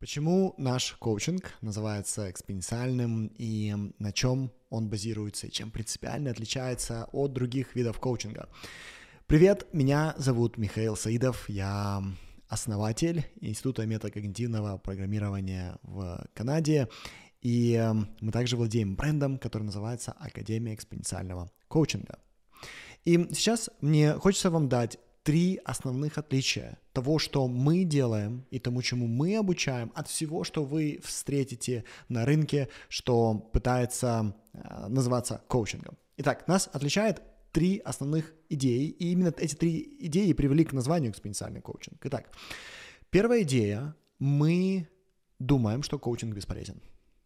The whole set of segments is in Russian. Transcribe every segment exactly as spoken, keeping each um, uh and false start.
Почему наш коучинг называется экспоненциальным и на чем он базируется, и чем принципиально отличается от других видов коучинга? Привет, меня зовут Михаил Саидов, я основатель Института метакогнитивного программирования в Канаде, и мы также владеем брендом, который называется Академия экспоненциального коучинга. И сейчас мне хочется вам дать три основных отличия того, что мы делаем и тому, чему мы обучаем, от всего, что вы встретите на рынке, что пытается э, называться коучингом. Итак, нас отличает три основных идеи, и именно эти три идеи привели к названию экспоненциальный коучинг. Итак, первая идея – мы думаем, что коучинг бесполезен.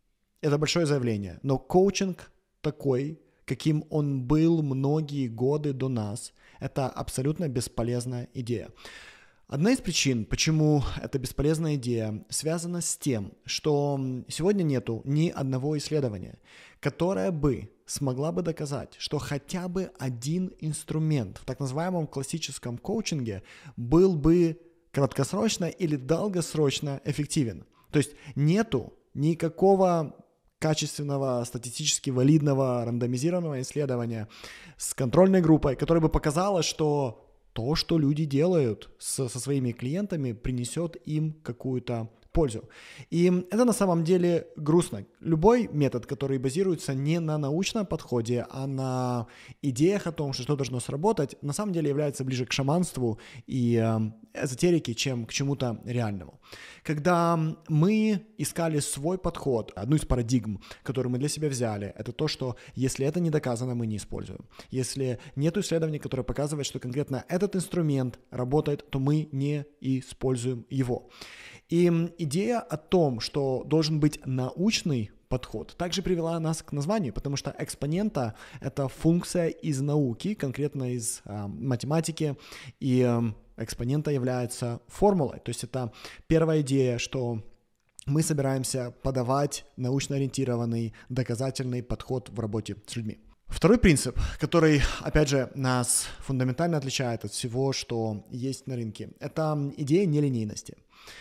Это большое заявление, но коучинг такой, каким он был многие годы до нас, это абсолютно бесполезная идея. Одна из причин, почему это бесполезная идея, связана с тем, что сегодня нету ни одного исследования, которое бы смогла бы доказать, что хотя бы один инструмент в так называемом классическом коучинге был бы краткосрочно или долгосрочно эффективен. То есть нету никакого качественного, статистически валидного, рандомизированного исследования с контрольной группой, которое бы показало, что то, что люди делают со, со своими клиентами, принесет им какую-то пользу. И это на самом деле грустно. Любой метод, который базируется не на научном подходе, а на идеях о том, что что должно сработать, на самом деле является ближе к шаманству и э, эзотерике, чем к чему-то реальному. Когда мы искали свой подход, одну из парадигм, которую мы для себя взяли, это то, что если это не доказано, мы не используем. Если нет исследований, которые показывают, что конкретно этот инструмент работает, то мы не используем его. И идея о том, что должен быть научный подход, также привела нас к названию, потому что экспонента — это функция из науки, конкретно из э, математики, и э, экспонента является формулой. То есть это первая идея, что мы собираемся подавать научно-ориентированный доказательный подход в работе с людьми. Второй принцип, который, опять же, нас фундаментально отличает от всего, что есть на рынке, это идея нелинейности.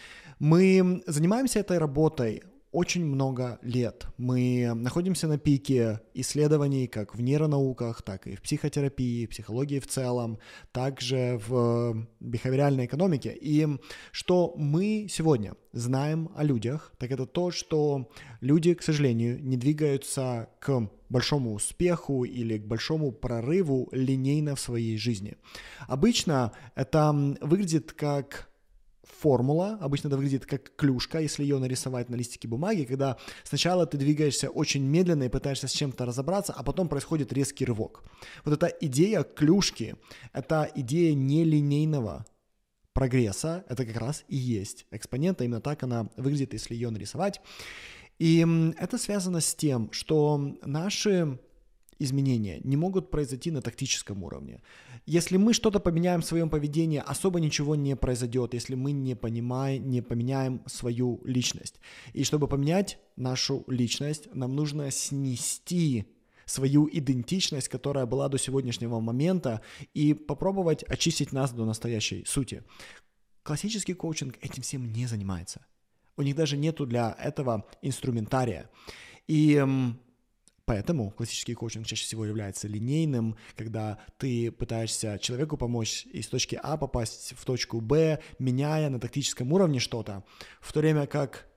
Мы занимаемся этой работой очень много лет. Мы находимся на пике исследований как в нейронауках, так и в психотерапии, психологии в целом, также в бихевиоральной экономике. И что мы сегодня знаем о людях, так это то, что люди, к сожалению, не двигаются к большому успеху или к большому прорыву линейно в своей жизни. Обычно это выглядит как формула, обычно это выглядит как клюшка, если ее нарисовать на листике бумаги, когда сначала ты двигаешься очень медленно и пытаешься с чем-то разобраться, а потом происходит резкий рывок. Вот эта идея клюшки, это идея нелинейного прогресса, это как раз и есть экспонента, именно так она выглядит, если ее нарисовать. И это связано с тем, что наши изменения не могут произойти на тактическом уровне. Если мы что-то поменяем в своем поведении, особо ничего не произойдет, если мы не понимаем, не поменяем свою личность. И чтобы поменять нашу личность, нам нужно снести свою идентичность, которая была до сегодняшнего момента, и попробовать очистить нас до настоящей сути. Классический коучинг этим всем не занимается. У них даже нету для этого инструментария. И поэтому классический коучинг чаще всего является линейным, когда ты пытаешься человеку помочь из точки А попасть в точку Б, меняя на тактическом уровне что-то, в то время как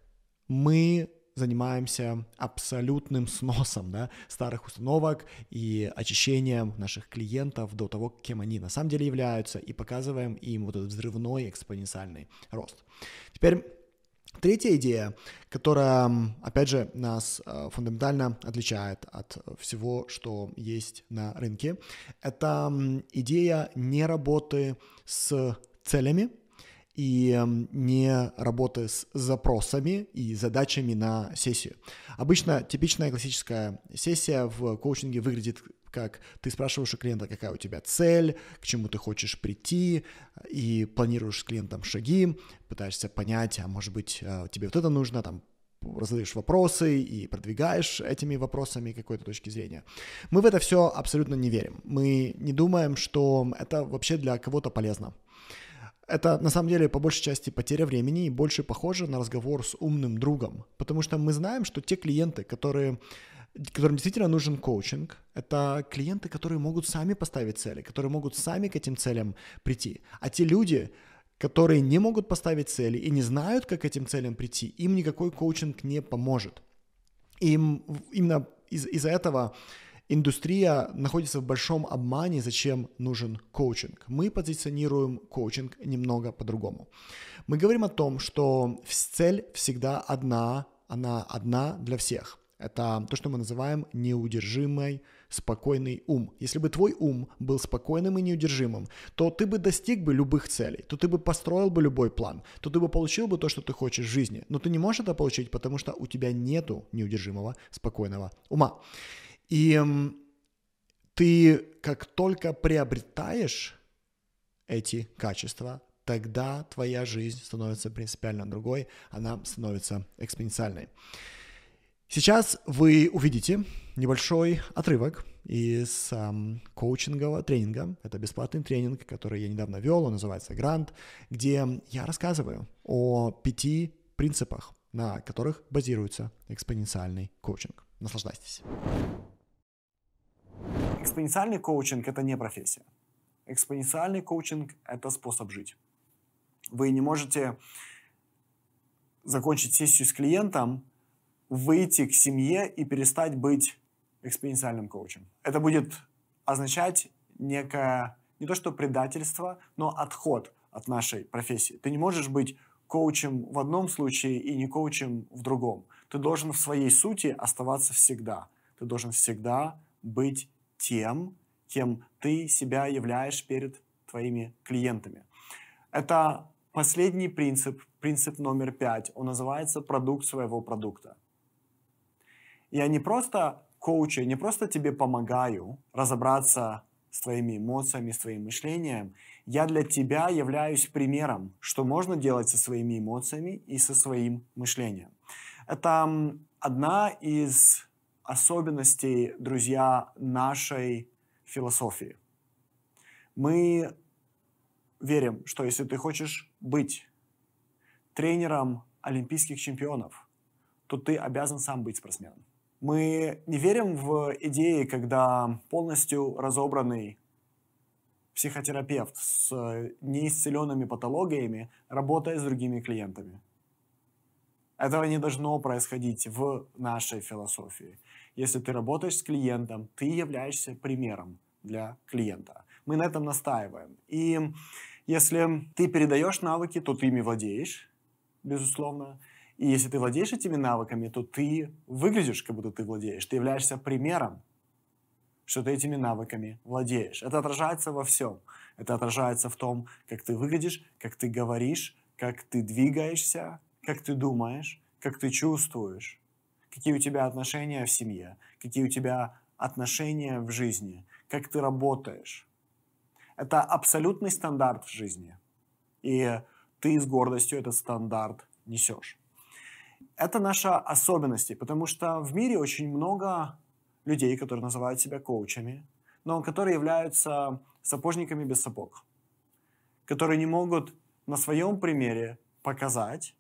мы занимаемся абсолютным сносом, да, старых установок и очищением наших клиентов до того, кем они на самом деле являются, и показываем им вот этот взрывной экспоненциальный рост. Теперь третья идея, которая, опять же, нас фундаментально отличает от всего, что есть на рынке, это идея не работы с целями и не работы с запросами и задачами на сессию. Обычно типичная классическая сессия в коучинге выглядит как ты спрашиваешь у клиента, какая у тебя цель, к чему ты хочешь прийти, и планируешь с клиентом шаги, пытаешься понять, а может быть тебе вот это нужно, там, задаешь вопросы и продвигаешь этими вопросами какой-то точки зрения. Мы в это все абсолютно не верим. Мы не думаем, что это вообще для кого-то полезно. Это на самом деле по большей части потеря времени и больше похоже на разговор с умным другом, потому что мы знаем, что те клиенты, которые, которым действительно нужен коучинг, это клиенты, которые могут сами поставить цели, которые могут сами к этим целям прийти. А те люди, которые не могут поставить цели и не знают, как к этим целям прийти, им никакой коучинг не поможет. Им именно из- из-за этого индустрия находится в большом обмане, зачем нужен коучинг. Мы позиционируем коучинг немного по-другому. Мы говорим о том, что цель всегда одна, она одна для всех. Это то, что мы называем неудержимый, спокойный ум. Если бы твой ум был спокойным и неудержимым, то ты бы достиг бы любых целей, то ты бы построил бы любой план, то ты бы получил бы то, что ты хочешь в жизни. Но ты не можешь это получить, потому что у тебя нету неудержимого, спокойного ума. И ты как только приобретаешь эти качества, тогда твоя жизнь становится принципиально другой, она становится экспоненциальной. Сейчас вы увидите небольшой отрывок из эм, коучингового тренинга. Это бесплатный тренинг, который я недавно вел, он называется «Грант», где я рассказываю о пяти принципах, на которых базируется экспоненциальный коучинг. Наслаждайтесь. Экспоненциальный коучинг – это не профессия. Экспоненциальный коучинг – это способ жить. Вы не можете закончить сессию с клиентом, выйти к семье и перестать быть экспоненциальным коучем. Это будет означать некое, не то что предательство, но отход от нашей профессии. Ты не можешь быть коучем в одном случае и не коучем в другом. Ты должен в своей сути оставаться всегда. Ты должен всегда быть тем, кем ты себя являешь перед твоими клиентами. Это последний принцип, принцип номер пять. Он называется «продукт своего продукта». Я не просто коучу, не просто тебе помогаю разобраться с твоими эмоциями, с твоим мышлением. Я для тебя являюсь примером, что можно делать со своими эмоциями и со своим мышлением. Это одна из особенностей, друзья, нашей философии. Мы верим, что если ты хочешь быть тренером олимпийских чемпионов, то ты обязан сам быть спортсменом. Мы не верим в идеи, когда полностью разобранный психотерапевт с неисцеленными патологиями работает с другими клиентами. Этого не должно происходить в нашей философии. Если ты работаешь с клиентом, ты являешься примером для клиента. Мы на этом настаиваем. И если ты передаешь навыки, то ты ими владеешь, безусловно. И если ты владеешь этими навыками, то ты выглядишь, как будто ты владеешь. Ты являешься примером, что ты этими навыками владеешь. Это отражается во всем. Это отражается в том, как ты выглядишь, как ты говоришь, как ты двигаешься, как ты думаешь, как ты чувствуешь, какие у тебя отношения в семье, какие у тебя отношения в жизни, как ты работаешь. Это абсолютный стандарт в жизни. И ты с гордостью этот стандарт несешь. Это наша особенность, потому что в мире очень много людей, которые называют себя коучами, но которые являются сапожниками без сапог, которые не могут на своем примере показать,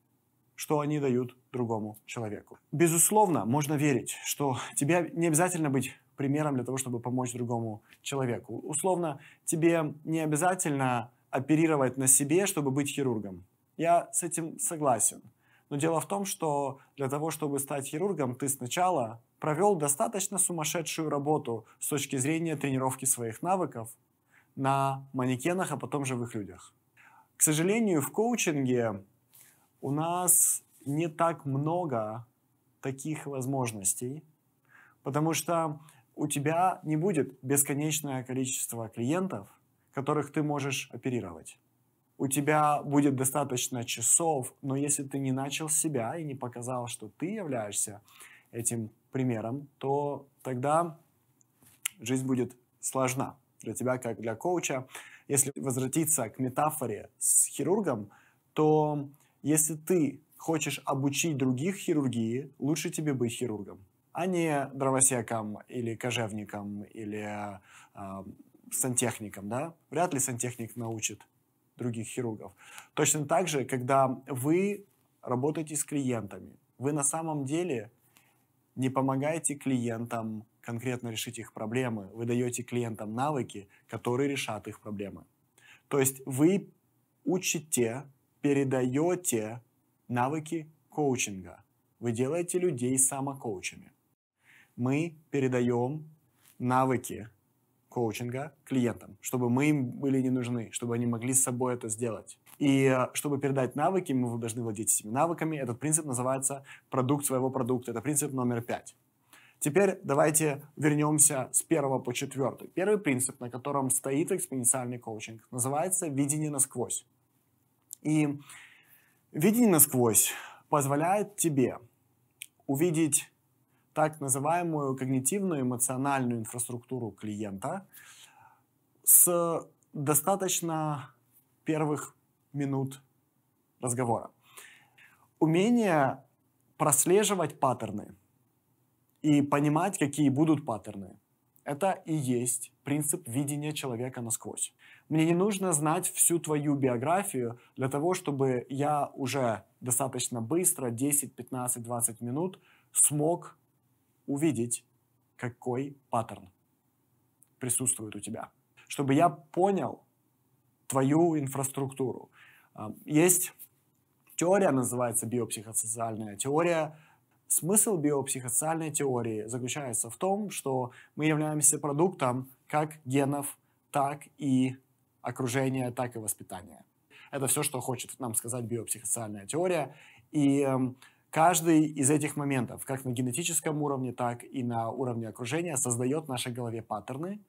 что они дают другому человеку. Безусловно, можно верить, что тебе не обязательно быть примером для того, чтобы помочь другому человеку. Условно, тебе не обязательно оперировать на себе, чтобы быть хирургом. Я с этим согласен. Но дело в том, что для того, чтобы стать хирургом, ты сначала провел достаточно сумасшедшую работу с точки зрения тренировки своих навыков на манекенах, а потом живых людях. К сожалению, в коучинге у нас не так много таких возможностей, потому что у тебя не будет бесконечное количество клиентов, которых ты можешь оперировать. У тебя будет достаточно часов, но если ты не начал с себя и не показал, что ты являешься этим примером, то тогда жизнь будет сложна для тебя, как для коуча. Если возвратиться к метафоре с хирургом, то если ты хочешь обучить других хирургии, лучше тебе быть хирургом, а не дровосеком или кожевником или э, сантехником. Да? Вряд ли сантехник научит других хирургов. Точно так же, когда вы работаете с клиентами, вы на самом деле не помогаете клиентам конкретно решить их проблемы, вы даете клиентам навыки, которые решат их проблемы. То есть вы учите, передаете навыки коучинга. Вы делаете людей самокоучами. Мы передаем навыки коучинга клиентам, чтобы мы им были не нужны, чтобы они могли с собой это сделать. И чтобы передать навыки, мы должны владеть этими навыками. Этот принцип называется продукт своего продукта. Это принцип номер пять. Теперь давайте вернемся с первого по четвертый. Первый принцип, на котором стоит экспоненциальный коучинг, называется видение насквозь. И видение насквозь позволяет тебе увидеть так называемую когнитивную эмоциональную инфраструктуру клиента с достаточно первых минут разговора. Умение прослеживать паттерны и понимать, какие будут паттерны, это и есть принцип видения человека насквозь. Мне не нужно знать всю твою биографию для того, чтобы я уже достаточно быстро, десять, пятнадцать, двадцать минут, смог увидеть, какой паттерн присутствует у тебя. Чтобы я понял твою инфраструктуру. Есть теория, называется биопсихосоциальная теория. Смысл биопсихосоциальной теории заключается в том, что мы являемся продуктом как генов, так и окружения, так и воспитания. Это все, что хочет нам сказать биопсихосоциальная теория. И каждый из этих моментов, как на генетическом уровне, так и на уровне окружения, создает в нашей голове паттерны,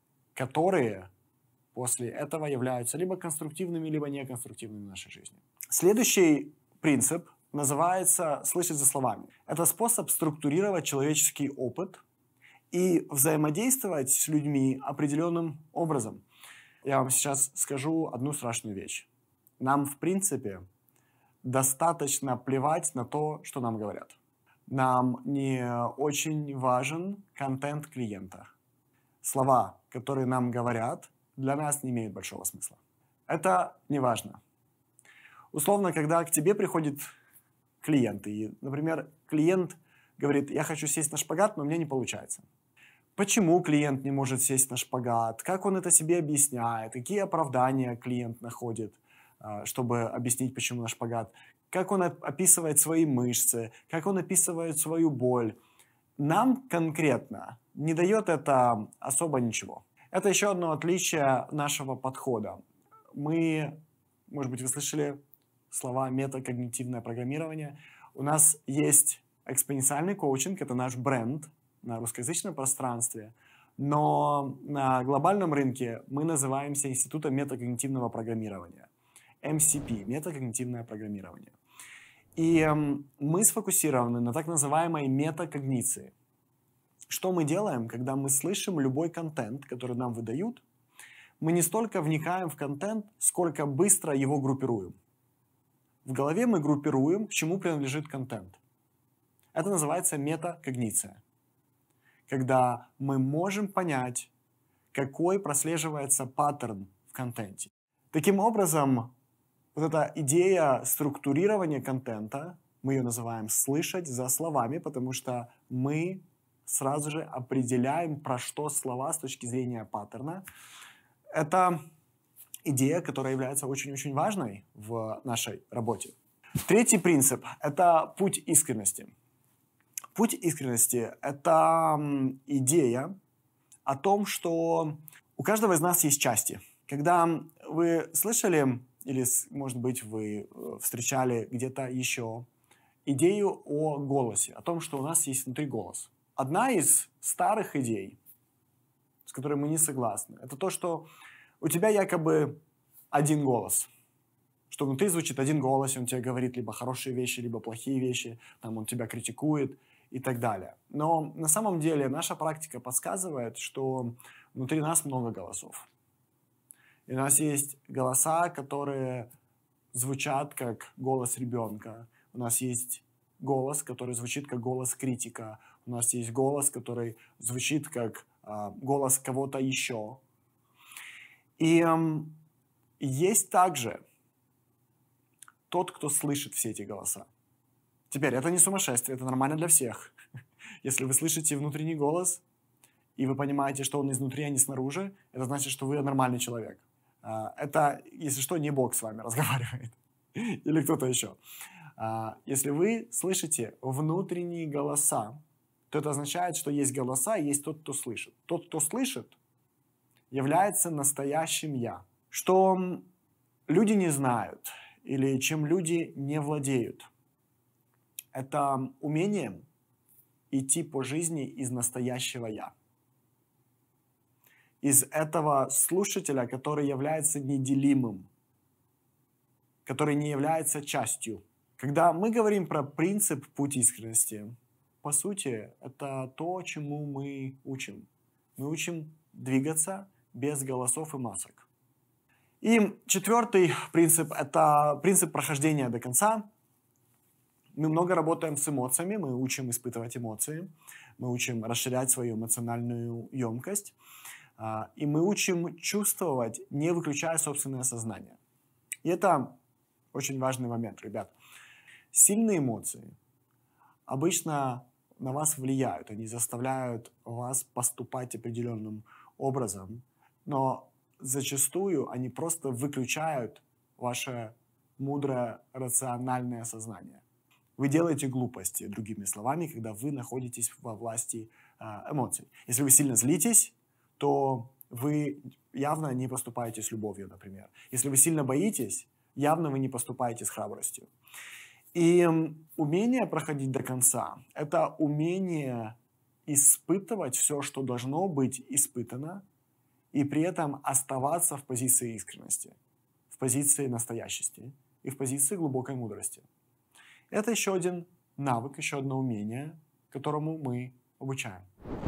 которые после этого являются либо конструктивными, либо неконструктивными в нашей жизни. Следующий принцип называется «слышать за словами». Это способ структурировать человеческий опыт и взаимодействовать с людьми определенным образом. Я вам сейчас скажу одну страшную вещь. Нам, в принципе, достаточно плевать на то, что нам говорят. Нам не очень важен контент клиента. Слова, которые нам говорят, для нас не имеют большого смысла. Это не важно. Условно, когда к тебе приходит клиент, и, например, клиент говорит: я хочу сесть на шпагат, но мне не получается. Почему клиент не может сесть на шпагат? Как он это себе объясняет? Какие оправдания клиент находит, чтобы объяснить, почему на шпагат? Как он описывает свои мышцы? Как он описывает свою боль? Нам конкретно не дает это особо ничего. Это еще одно отличие нашего подхода. Мы, может быть, вы слышали слова метакогнитивное программирование. У нас есть экспоненциальный коучинг, это наш бренд на русскоязычном пространстве, но на глобальном рынке мы называемся Институтом метакогнитивного программирования. эм си пи, метакогнитивное программирование. И мы сфокусированы на так называемой метакогниции. Что мы делаем, когда мы слышим любой контент, который нам выдают? Мы не столько вникаем в контент, сколько быстро его группируем. В голове мы группируем, к чему принадлежит контент. Это называется метакогниция. Когда мы можем понять, какой прослеживается паттерн в контенте. Таким образом, вот эта идея структурирования контента, мы ее называем «слышать за словами», потому что мы сразу же определяем, про что слова с точки зрения паттерна. Это идея, которая является очень-очень важной в нашей работе. Третий принцип – это путь искренности. Путь искренности – это идея о том, что у каждого из нас есть части. Когда вы слышали, или, может быть, вы встречали где-то еще идею о голосе, о том, что у нас есть внутри голос. Одна из старых идей, с которой мы не согласны, это то, что у тебя якобы один голос. Что внутри звучит один голос, и он тебе говорит либо хорошие вещи, либо плохие вещи, там он тебя критикует и так далее. Но на самом деле наша практика подсказывает, что внутри нас много голосов. И у нас есть голоса, которые звучат как голос ребенка. У нас есть голос, который звучит как голос критика. У нас есть голос, который звучит как э, голос кого-то еще. И э, есть также тот, кто слышит все эти голоса. Теперь, это не сумасшествие, это нормально для всех. Если вы слышите внутренний голос, и вы понимаете, что он изнутри, а не снаружи, это значит, что вы нормальный человек. Это, если что, не Бог с вами разговаривает. Или кто-то еще. Если вы слышите внутренние голоса, то это означает, что есть голоса, и есть тот, кто слышит. Тот, кто слышит, является настоящим «я». Что люди не знают или чем люди не владеют. Это умение идти по жизни из настоящего «я». Из этого слушателя, который является неделимым, который не является частью. Когда мы говорим про принцип «Путь искренности», по сути, это то, чему мы учим. Мы учим двигаться без голосов и масок. И четвертый принцип – это принцип прохождения до конца. Мы много работаем с эмоциями, мы учим испытывать эмоции, мы учим расширять свою эмоциональную емкость, и мы учим чувствовать, не выключая собственное сознание. И это очень важный момент, ребят. Сильные эмоции обычно на вас влияют, они заставляют вас поступать определенным образом, но зачастую они просто выключают ваше мудрое, рациональное сознание. Вы делаете глупости, другими словами, когда вы находитесь во власти э, эмоций. Если вы сильно злитесь, то вы явно не поступаете с любовью, например. Если вы сильно боитесь, явно вы не поступаете с храбростью. И умение проходить до конца – это умение испытывать все, что должно быть испытано, и при этом оставаться в позиции искренности, в позиции настоящести и в позиции глубокой мудрости. Это еще один навык, еще одно умение, которому мы обучаем.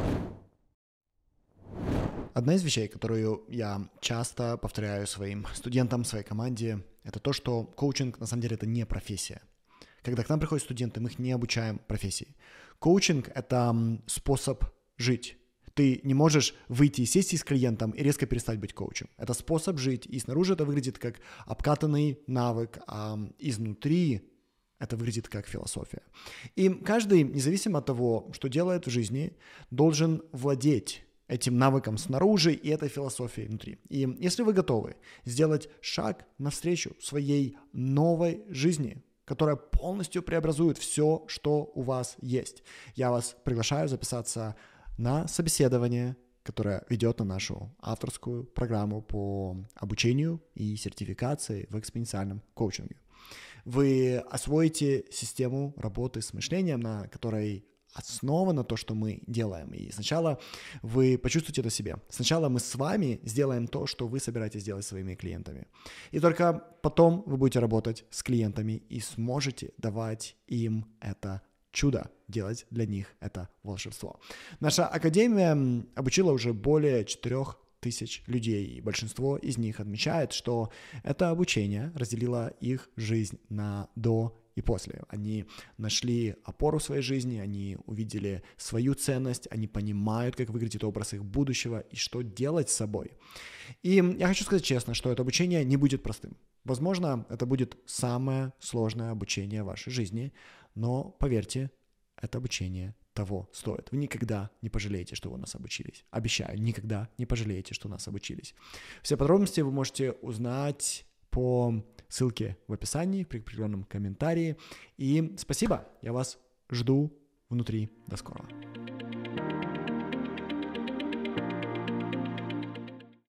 Одна из вещей, которую я часто повторяю своим студентам, своей команде, это то, что коучинг на самом деле это не профессия. Когда к нам приходят студенты, мы их не обучаем профессии. Коучинг — это способ жить. Ты не можешь выйти из сессии с клиентом и резко перестать быть коучем. Это способ жить, и снаружи это выглядит как обкатанный навык, а изнутри это выглядит как философия. И каждый, независимо от того, что делает в жизни, должен владеть этим навыком снаружи и этой философией внутри. И если вы готовы сделать шаг навстречу своей новой жизни, которая полностью преобразует все, что у вас есть, я вас приглашаю записаться на собеседование, которое ведет на нашу авторскую программу по обучению и сертификации в экспоненциальном коучинге. Вы освоите систему работы с мышлением, на которой основано то, что мы делаем. И сначала вы почувствуете это себе. Сначала мы с вами сделаем то, что вы собираетесь делать своими клиентами. И только потом вы будете работать с клиентами и сможете давать им это чудо, делать для них это волшебство. Наша академия обучила уже более четырех тысяч людей, и большинство из них отмечает, что это обучение разделило их жизнь на до и после. Они нашли опору в своей жизни, они увидели свою ценность, они понимают, как выглядит образ их будущего и что делать с собой. И я хочу сказать честно, что это обучение не будет простым. Возможно, это будет самое сложное обучение в вашей жизни, но поверьте, это обучение того стоит. Вы никогда не пожалеете, что вы нас обучились. Обещаю, никогда не пожалеете, что нас обучились. Все подробности вы можете узнать по ссылке в описании, при определенном комментарии. И спасибо, я вас жду внутри. До скорого.